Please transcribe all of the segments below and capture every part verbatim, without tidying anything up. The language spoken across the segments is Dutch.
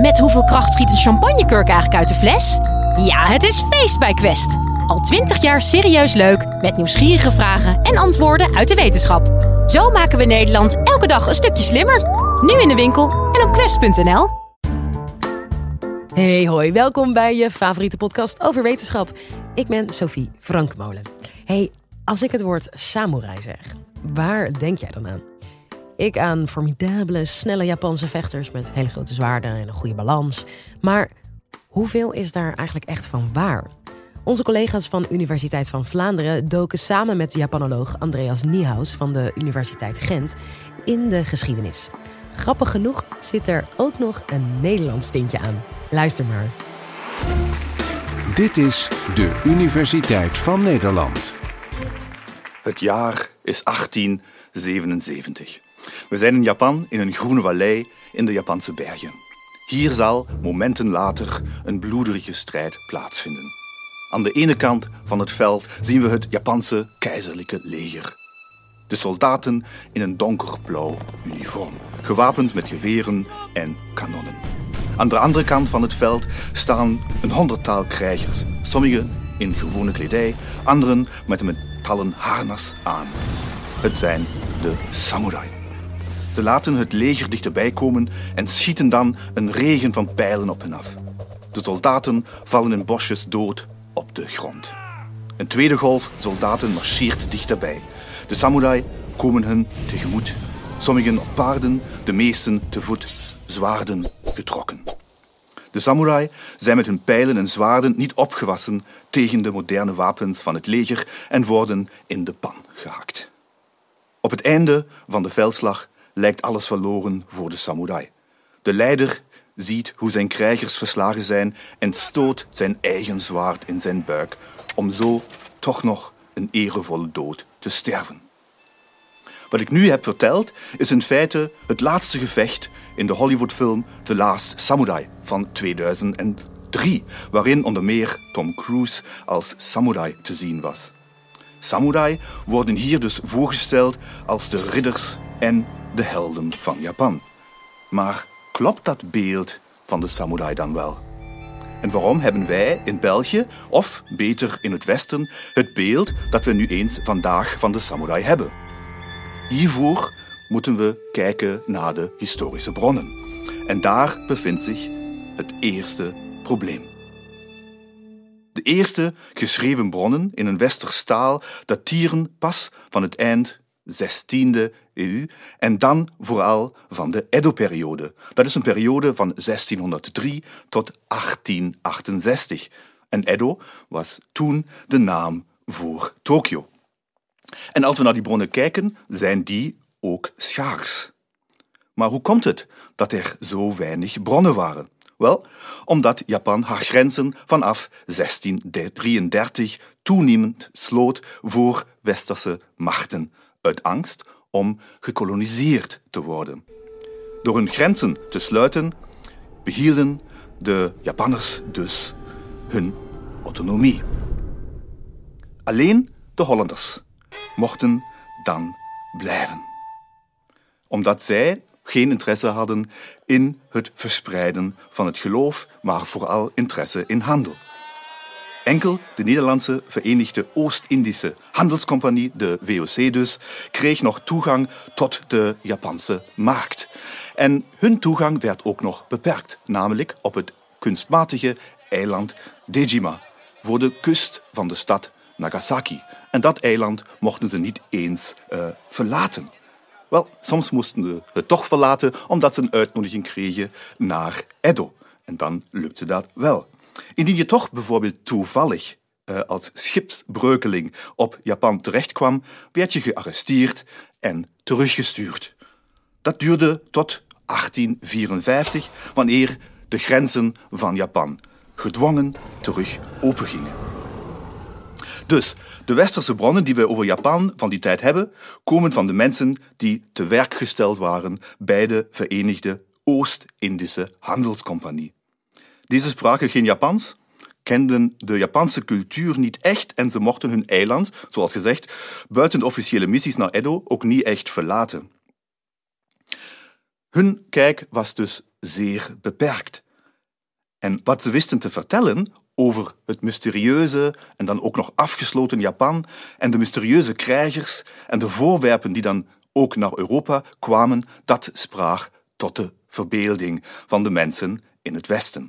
Met hoeveel kracht schiet een champagnekurk eigenlijk uit de fles? Ja, het is feest bij Quest. Al twintig jaar serieus leuk, met nieuwsgierige vragen en antwoorden uit de wetenschap. Zo maken we Nederland elke dag een stukje slimmer. Nu in de winkel en op quest punt n l. Hey hoi, welkom bij je favoriete podcast over wetenschap. Ik ben Sophie Frankmolen. Hey, als ik het woord samurai zeg, waar denk jij dan aan? Ik aan formidabele, snelle Japanse vechters met hele grote zwaarden en een goede balans. Maar hoeveel is daar eigenlijk echt van waar? Onze collega's van Universiteit van Vlaanderen doken samen met japanoloog Andreas Niehaus van de Universiteit Gent in de geschiedenis. Grappig genoeg zit er ook nog een Nederlands tintje aan. Luister maar. Dit is de Universiteit van Nederland. Het jaar is achttien zevenenzeventig. We zijn in Japan in een groene vallei in de Japanse bergen. Hier zal, momenten later, een bloederige strijd plaatsvinden. Aan de ene kant van het veld zien we het Japanse keizerlijke leger. De soldaten in een donkerblauw uniform, gewapend met geweren en kanonnen. Aan de andere kant van het veld staan een honderdtal krijgers. Sommigen in gewone kledij, anderen met een metalen harnas aan. Het zijn de samurai. Ze laten het leger dichterbij komen en schieten dan een regen van pijlen op hen af. De soldaten vallen in bosjes dood op de grond. Een tweede golf soldaten marcheert dichterbij. De samurai komen hen tegemoet. Sommigen op paarden, de meesten te voet, zwaarden getrokken. De samurai zijn met hun pijlen en zwaarden niet opgewassen tegen de moderne wapens van het leger en worden in de pan gehakt. Op het einde van de veldslag lijkt alles verloren voor de samurai. De leider ziet hoe zijn krijgers verslagen zijn en stoot zijn eigen zwaard in zijn buik om zo toch nog een erevolle dood te sterven. Wat ik nu heb verteld is in feite het laatste gevecht in de Hollywoodfilm The Last Samurai van tweeduizend drie, waarin onder meer Tom Cruise als samurai te zien was. Samurai worden hier dus voorgesteld als de ridders en de helden van Japan. Maar klopt dat beeld van de samurai dan wel? En waarom hebben wij in België, of beter in het Westen, het beeld dat we nu eens vandaag van de samurai hebben? Hiervoor moeten we kijken naar de historische bronnen. En daar bevindt zich het eerste probleem. De eerste geschreven bronnen in een westers taal dateren pas van het eind zestiende eeuw en dan vooral van de Edo-periode. Dat is een periode van zestienhonderddrie tot achttien achtenzestig. En Edo was toen de naam voor Tokio. En als we naar die bronnen kijken, zijn die ook schaars. Maar hoe komt het dat er zo weinig bronnen waren? Wel, omdat Japan haar grenzen vanaf zestien drieëndertig toenemend sloot voor westerse machten, uit angst om gekoloniseerd te worden. Door hun grenzen te sluiten, behielden de Japanners dus hun autonomie. Alleen de Hollanders mochten dan blijven. Omdat zij geen interesse hadden in het verspreiden van het geloof, maar vooral interesse in handel. Enkel de Nederlandse Verenigde Oost-Indische Handelscompagnie, de V O C dus, kreeg nog toegang tot de Japanse markt. En hun toegang werd ook nog beperkt, namelijk op het kunstmatige eiland Dejima, voor de kust van de stad Nagasaki. En dat eiland mochten ze niet eens uh, verlaten. Wel, soms moesten ze het toch verlaten omdat ze een uitnodiging kregen naar Edo. En dan lukte dat wel. Indien je toch bijvoorbeeld toevallig uh, als schipsbreukeling op Japan terechtkwam, werd je gearresteerd en teruggestuurd. Dat duurde tot achttien vierenvijftig, wanneer de grenzen van Japan gedwongen terug opengingen. Dus de westerse bronnen die we over Japan van die tijd hebben, komen van de mensen die te werk gesteld waren bij de Verenigde Oost-Indische Handelscompagnie. Deze spraken geen Japans, kenden de Japanse cultuur niet echt en ze mochten hun eiland, zoals gezegd, buiten de officiële missies naar Edo ook niet echt verlaten. Hun kijk was dus zeer beperkt. En wat ze wisten te vertellen over het mysterieuze en dan ook nog afgesloten Japan en de mysterieuze krijgers en de voorwerpen die dan ook naar Europa kwamen, dat sprak tot de verbeelding van de mensen in het Westen.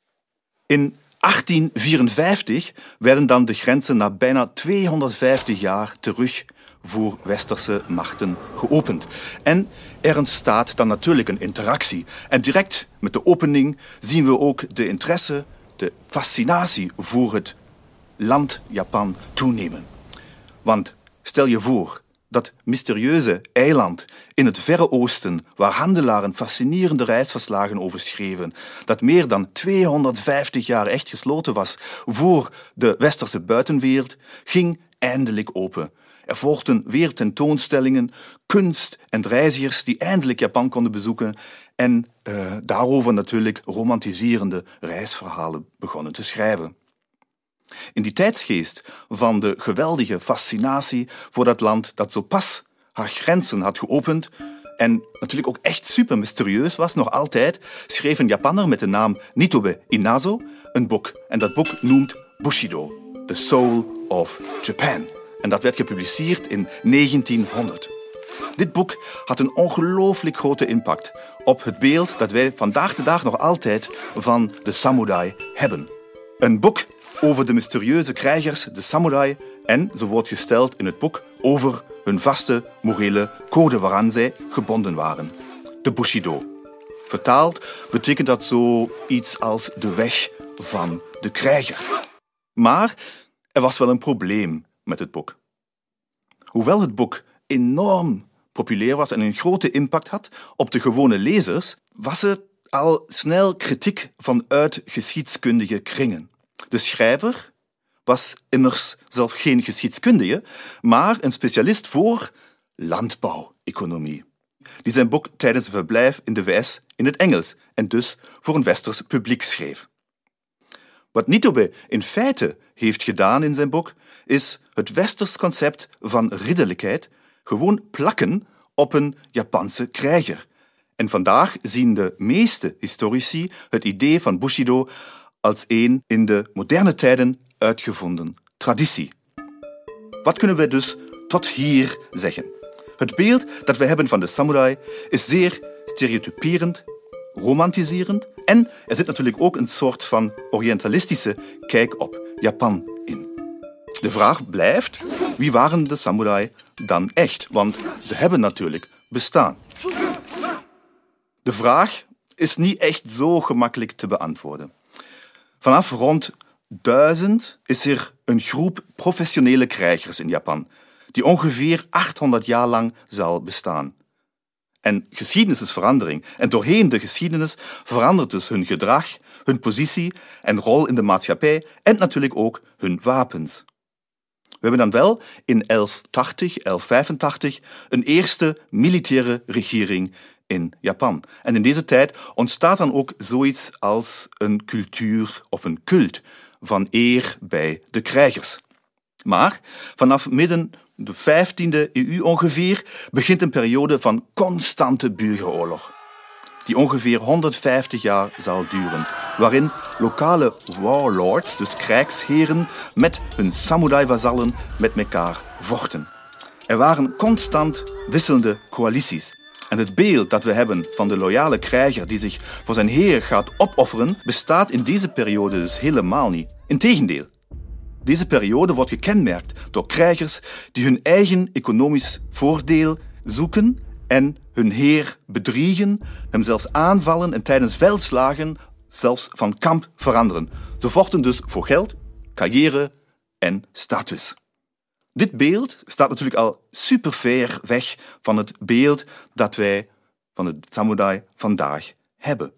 In achttien vierenvijftig werden dan de grenzen na bijna tweehonderdvijftig jaar terug voor westerse machten geopend. En er ontstaat dan natuurlijk een interactie. En direct met de opening zien we ook de interesse, de fascinatie voor het land Japan toenemen. Want stel je voor, dat mysterieuze eiland in het Verre Oosten, waar handelaren fascinerende reisverslagen over schreven, dat meer dan tweehonderdvijftig jaar echt gesloten was voor de westerse buitenwereld, ging eindelijk open. Er volgden weer tentoonstellingen, kunst en reizigers die eindelijk Japan konden bezoeken en uh, daarover natuurlijk romantiserende reisverhalen begonnen te schrijven. In die tijdsgeest van de geweldige fascinatie voor dat land dat zo pas haar grenzen had geopend en natuurlijk ook echt super mysterieus was, nog altijd, schreef een Japanner met de naam Nitobe Inazo een boek. En dat boek noemt Bushido, The Soul of Japan. En dat werd gepubliceerd in negentienhonderd. Dit boek had een ongelooflijk grote impact op het beeld dat wij vandaag de dag nog altijd van de samurai hebben. Een boek over de mysterieuze krijgers, de samurai, en, zo wordt gesteld in het boek, over hun vaste morele code waaraan zij gebonden waren. De Bushido. Vertaald betekent dat zoiets als de weg van de krijger. Maar er was wel een probleem met het boek. Hoewel het boek enorm populair was en een grote impact had op de gewone lezers, was er al snel kritiek vanuit geschiedskundige kringen. De schrijver was immers zelf geen geschiedkundige, maar een specialist voor landbouweconomie, die zijn boek tijdens een verblijf in de V S in het Engels en dus voor een westers publiek schreef. Wat Nitobe in feite heeft gedaan in zijn boek, is het westers concept van ridderlijkheid gewoon plakken op een Japanse krijger. En vandaag zien de meeste historici het idee van Bushido als een in de moderne tijden uitgevonden traditie. Wat kunnen we dus tot hier zeggen? Het beeld dat we hebben van de samurai is zeer stereotyperend, romantiserend en er zit natuurlijk ook een soort van orientalistische kijk op Japan in. De vraag blijft, wie waren de samurai dan echt? Want ze hebben natuurlijk bestaan. De vraag is niet echt zo gemakkelijk te beantwoorden. Vanaf rond duizend is er een groep professionele krijgers in Japan, die ongeveer achthonderd jaar lang zal bestaan. En geschiedenis is verandering. En doorheen de geschiedenis verandert dus hun gedrag, hun positie en rol in de maatschappij en natuurlijk ook hun wapens. We hebben dan wel in elf tachtig, elf vijfentachtig een eerste militaire regering in Japan. En in deze tijd ontstaat dan ook zoiets als een cultuur of een cult van eer bij de krijgers. Maar vanaf midden de vijftiende eeuw ongeveer begint een periode van constante burgeroorlog, die ongeveer honderdvijftig jaar zal duren, waarin lokale warlords, dus krijgsheren, met hun samurai-vazallen met elkaar vochten. Er waren constant wisselende coalities. En het beeld dat we hebben van de loyale krijger die zich voor zijn heer gaat opofferen, bestaat in deze periode dus helemaal niet. Integendeel. Deze periode wordt gekenmerkt door krijgers die hun eigen economisch voordeel zoeken en hun heer bedriegen, hem zelfs aanvallen en tijdens veldslagen zelfs van kamp veranderen. Ze vochten dus voor geld, carrière en status. Dit beeld staat natuurlijk al super ver weg van het beeld dat wij van het samurai vandaag hebben.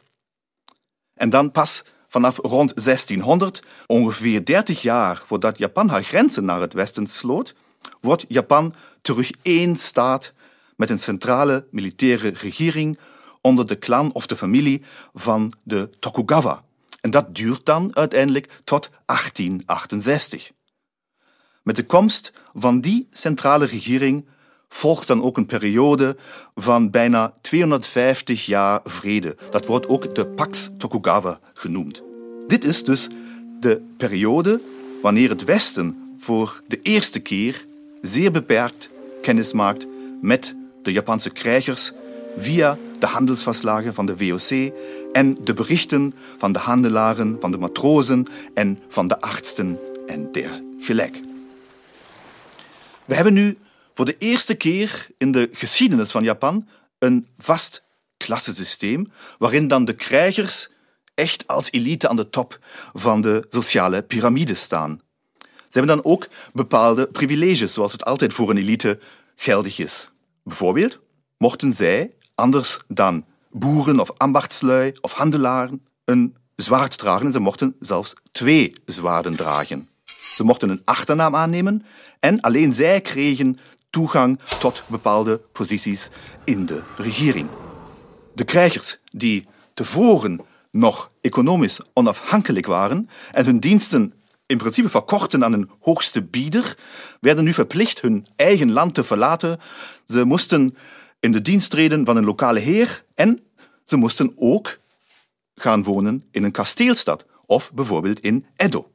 En dan pas vanaf rond zestienhonderd, ongeveer dertig jaar voordat Japan haar grenzen naar het westen sloot, wordt Japan terug één staat met een centrale militaire regering onder de clan of de familie van de Tokugawa. En dat duurt dan uiteindelijk tot achttien achtenzestig. Met de komst van die centrale regering volgt dan ook een periode van bijna tweehonderdvijftig jaar vrede. Dat wordt ook de Pax Tokugawa genoemd. Dit is dus de periode wanneer het Westen voor de eerste keer zeer beperkt kennis maakt met de Japanse krijgers via de handelsverslagen van de V O C en de berichten van de handelaren, van de matrozen en van de artsen en dergelijke. We hebben nu voor de eerste keer in de geschiedenis van Japan een vast klassensysteem waarin dan de krijgers echt als elite aan de top van de sociale piramide staan. Ze hebben dan ook bepaalde privileges, zoals het altijd voor een elite geldig is. Bijvoorbeeld mochten zij, anders dan boeren of ambachtslui of handelaren, een zwaard dragen en ze mochten zelfs twee zwaarden dragen. Ze mochten een achternaam aannemen en alleen zij kregen toegang tot bepaalde posities in de regering. De krijgers die tevoren nog economisch onafhankelijk waren en hun diensten in principe verkochten aan een hoogste bieder, werden nu verplicht hun eigen land te verlaten. Ze moesten in de dienst treden van een lokale heer en ze moesten ook gaan wonen in een kasteelstad of bijvoorbeeld in Edo.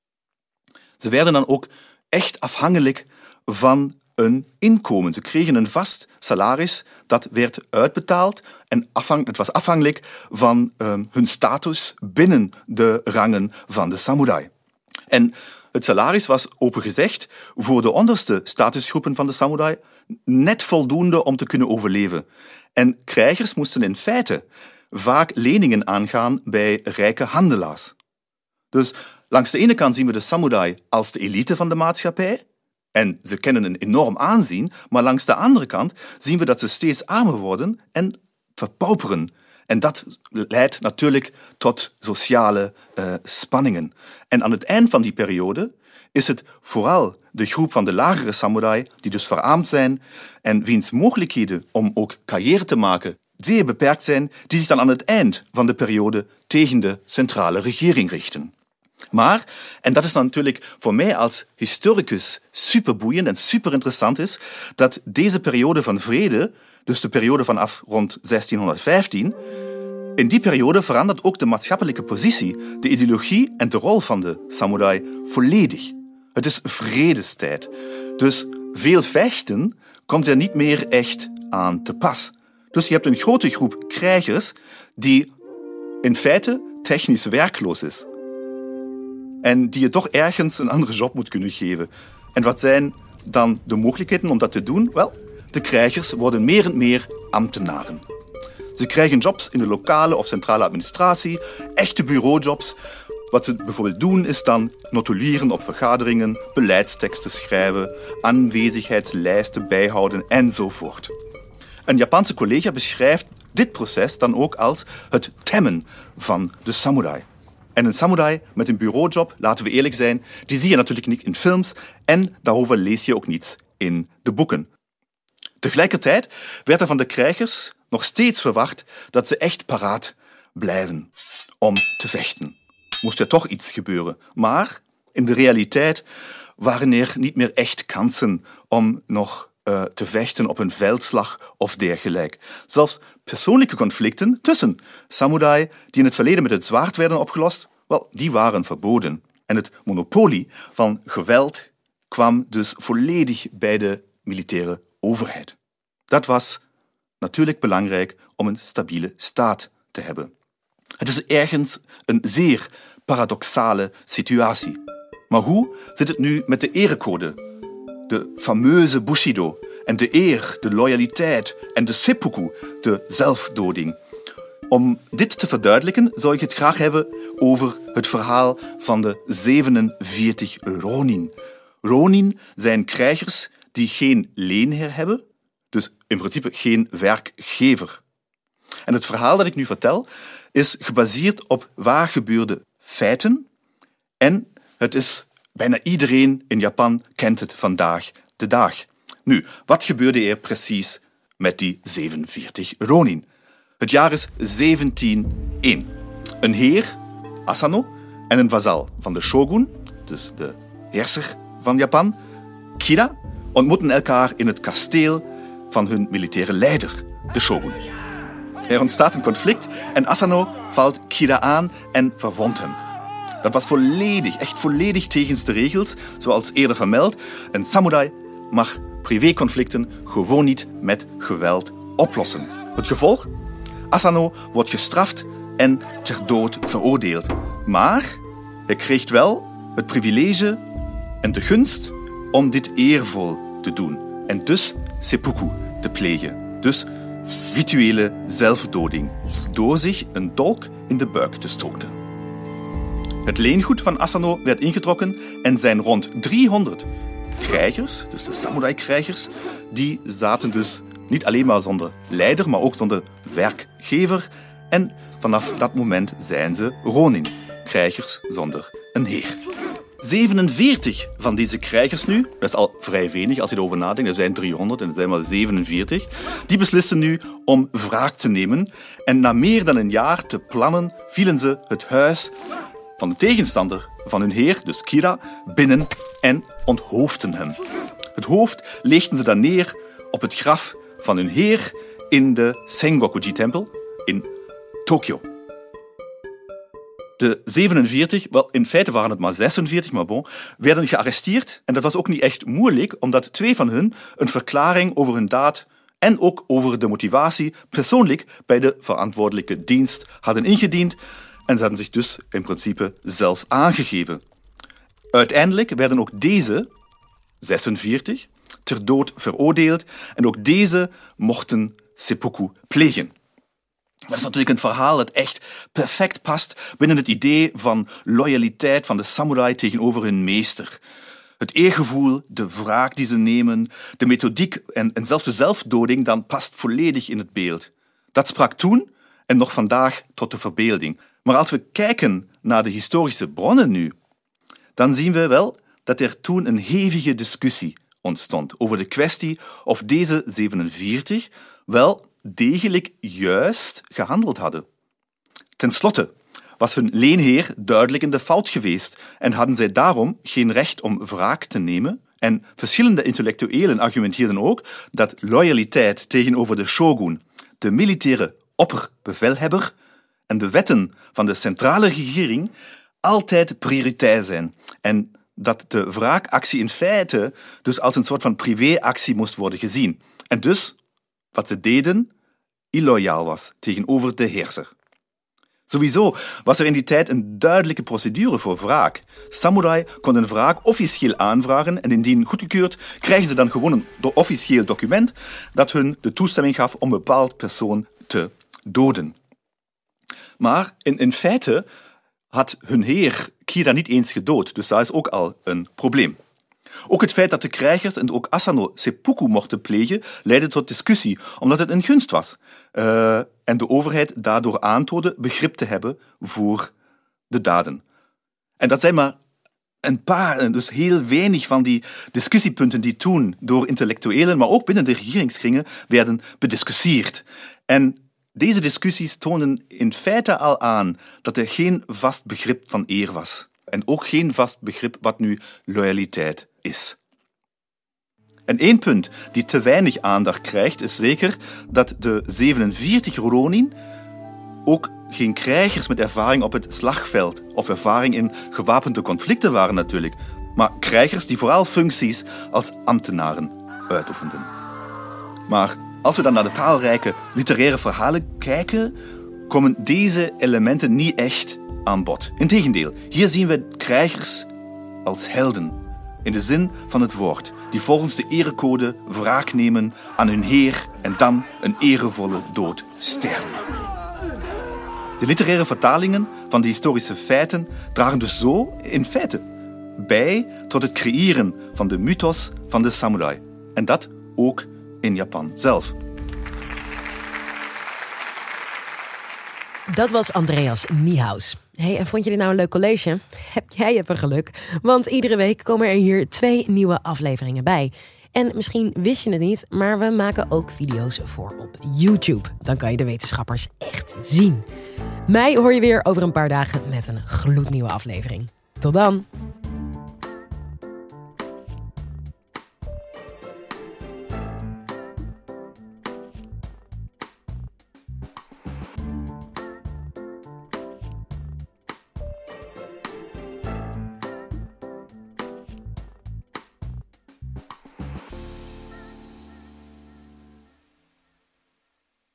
Ze werden dan ook echt afhankelijk van een inkomen. Ze kregen een vast salaris dat werd uitbetaald en afhang, het was afhankelijk van um, hun status binnen de rangen van de samurai. En het salaris was open gezegd voor de onderste statusgroepen van de samurai net voldoende om te kunnen overleven. En krijgers moesten in feite vaak leningen aangaan bij rijke handelaars. Dus langs de ene kant zien we de samurai als de elite van de maatschappij en ze kennen een enorm aanzien, maar langs de andere kant zien we dat ze steeds armer worden en verpauperen. En dat leidt natuurlijk tot sociale uh, spanningen. En aan het eind van die periode is het vooral de groep van de lagere samurai, die dus verarmd zijn en wiens mogelijkheden om ook carrière te maken zeer beperkt zijn, die zich dan aan het eind van de periode tegen de centrale regering richten. Maar, en dat is dan natuurlijk voor mij als historicus superboeiend en superinteressant is, dat deze periode van vrede, dus de periode vanaf rond zestienhonderdvijftien, in die periode verandert ook de maatschappelijke positie, de ideologie en de rol van de samurai volledig. Het is vredestijd. Dus veel vechten komt er niet meer echt aan te pas. Dus je hebt een grote groep krijgers die in feite technisch werkloos is. En die je toch ergens een andere job moet kunnen geven. En wat zijn dan de mogelijkheden om dat te doen? Wel, de krijgers worden meer en meer ambtenaren. Ze krijgen jobs in de lokale of centrale administratie, echte bureaujobs. Wat ze bijvoorbeeld doen is dan notuleren op vergaderingen, beleidsteksten schrijven, aanwezigheidslijsten bijhouden enzovoort. Een Japanse collega beschrijft dit proces dan ook als het temmen van de samurai. En een samurai met een bureaujob, laten we eerlijk zijn, die zie je natuurlijk niet in films en daarover lees je ook niet in de boeken. Tegelijkertijd werd er van de krijgers nog steeds verwacht dat ze echt paraat blijven om te vechten. Moest er toch iets gebeuren. Maar in de realiteit waren er niet meer echt kansen om nog uh, te vechten op een veldslag of dergelijke. Zelfs persoonlijke conflicten tussen samurai die in het verleden met het zwaard werden opgelost, wel, die waren verboden. En het monopolie van geweld kwam dus volledig bij de militaire overheid. Dat was natuurlijk belangrijk om een stabiele staat te hebben. Het is ergens een zeer paradoxale situatie. Maar hoe zit het nu met de erecode? De fameuze Bushido en de eer, de loyaliteit en de seppuku, de zelfdoding. Om dit te verduidelijken zou ik het graag hebben over het verhaal van de zevenenveertig Ronin. Ronin zijn krijgers die geen leenheer hebben, dus in principe geen werkgever. En het verhaal dat ik nu vertel is gebaseerd op waar gebeurde feiten en het is bijna iedereen in Japan kent het vandaag de dag. Nu, wat gebeurde er precies met die zevenenveertig Ronin? Het jaar is zeventienhonderdéén. Een heer, Asano, en een vazal van de shogun, dus de heerser van Japan, Kida, ontmoeten elkaar in het kasteel van hun militaire leider, de shogun. Er ontstaat een conflict en Asano valt Kida aan en verwondt hem. dat was volledig, echt volledig tegens de regels. Zoals eerder vermeld, een samurai mag privéconflicten gewoon niet met geweld oplossen. Het gevolg? Asano wordt gestraft en ter dood veroordeeld. Maar hij kreeg wel het privilege en de gunst om dit eervol te doen. En dus seppuku te plegen. Dus rituele zelfdoding. Door zich een dolk in de buik te stoten. Het leengoed van Asano werd ingetrokken en zijn rond driehonderd krijgers, dus de samurai-krijgers, die zaten dus niet alleen maar zonder leider, maar ook zonder werkgever. En vanaf dat moment zijn ze ronin, krijgers zonder een heer. zevenenveertig van deze krijgers nu, dat is al vrij weinig als je erover nadenkt, er zijn driehonderd en er zijn maar zevenenveertig, die beslissen nu om wraak te nemen. En na meer dan een jaar te plannen vielen ze het huis van de tegenstander van hun heer, dus Kira, binnen en onthoofden hem. Het hoofd legden ze dan neer op het graf van hun heer in de Sengokuji-tempel in Tokio. De zevenenveertig, wel in feite waren het maar zesenveertig, maar bon, werden gearresteerd. En dat was ook niet echt moeilijk, omdat twee van hen een verklaring over hun daad en ook over de motivatie persoonlijk bij de verantwoordelijke dienst hadden ingediend. En ze hadden zich dus in principe zelf aangegeven. Uiteindelijk werden ook deze, zesenveertig, ter dood veroordeeld en ook deze mochten seppuku plegen. Dat is natuurlijk een verhaal dat echt perfect past binnen het idee van loyaliteit van de samurai tegenover hun meester. Het eergevoel, de wraak die ze nemen, de methodiek en, en zelfs de zelfdoding, dan past volledig in het beeld. Dat sprak toen en nog vandaag tot de verbeelding. Maar als we kijken naar de historische bronnen nu, dan zien we wel dat er toen een hevige discussie ontstond over de kwestie of deze zevenenveertig wel degelijk juist gehandeld hadden. Ten slotte was hun leenheer duidelijk in de fout geweest en hadden zij daarom geen recht om wraak te nemen. En verschillende intellectuelen argumenteerden ook dat loyaliteit tegenover de shogun, de militaire opperbevelhebber en de wetten van de centrale regering altijd prioriteit zijn. En dat de wraakactie in feite dus als een soort van privéactie moest worden gezien. En dus, wat ze deden, illoyaal was tegenover de heerser. Sowieso was er in die tijd een duidelijke procedure voor wraak. Samurai konden wraak officieel aanvragen en indien goedgekeurd krijgen ze dan gewoon een officieel document dat hun de toestemming gaf om een bepaald persoon te doden. Maar in, in feite had hun heer Kira niet eens gedood, dus dat is ook al een probleem. Ook het feit dat de krijgers en ook Asano seppuku mochten plegen, leidde tot discussie, omdat het een gunst was. Uh, en de overheid daardoor aantoonde begrip te hebben voor de daden. En dat zijn maar een paar, dus heel weinig van die discussiepunten die toen door intellectuelen, maar ook binnen de regeringskringen, werden bediscussieerd. En deze discussies toonden in feite al aan dat er geen vast begrip van eer was. En ook geen vast begrip wat nu loyaliteit is. En één punt die te weinig aandacht krijgt, is zeker dat de zevenenveertig ronin ook geen krijgers met ervaring op het slagveld of ervaring in gewapende conflicten waren natuurlijk, maar krijgers die vooral functies als ambtenaren uitoefenden. Maar als we dan naar de taalrijke literaire verhalen kijken, komen deze elementen niet echt aan bod. Integendeel, hier zien we krijgers als helden, in de zin van het woord, die volgens de erecode wraak nemen aan hun heer en dan een erevolle dood sterven. De literaire vertalingen van de historische feiten dragen dus zo in feite bij tot het creëren van de mythos van de samurai. En dat ook in Japan zelf. Dat was Andreas Niehaus. Hey, en vond je dit nou een leuk college? Heb jij even geluk? Want iedere week komen er hier twee nieuwe afleveringen bij. En misschien wist je het niet, maar we maken ook video's voor op YouTube. Dan kan je de wetenschappers echt zien. Mij hoor je weer over een paar dagen met een gloednieuwe aflevering. Tot dan!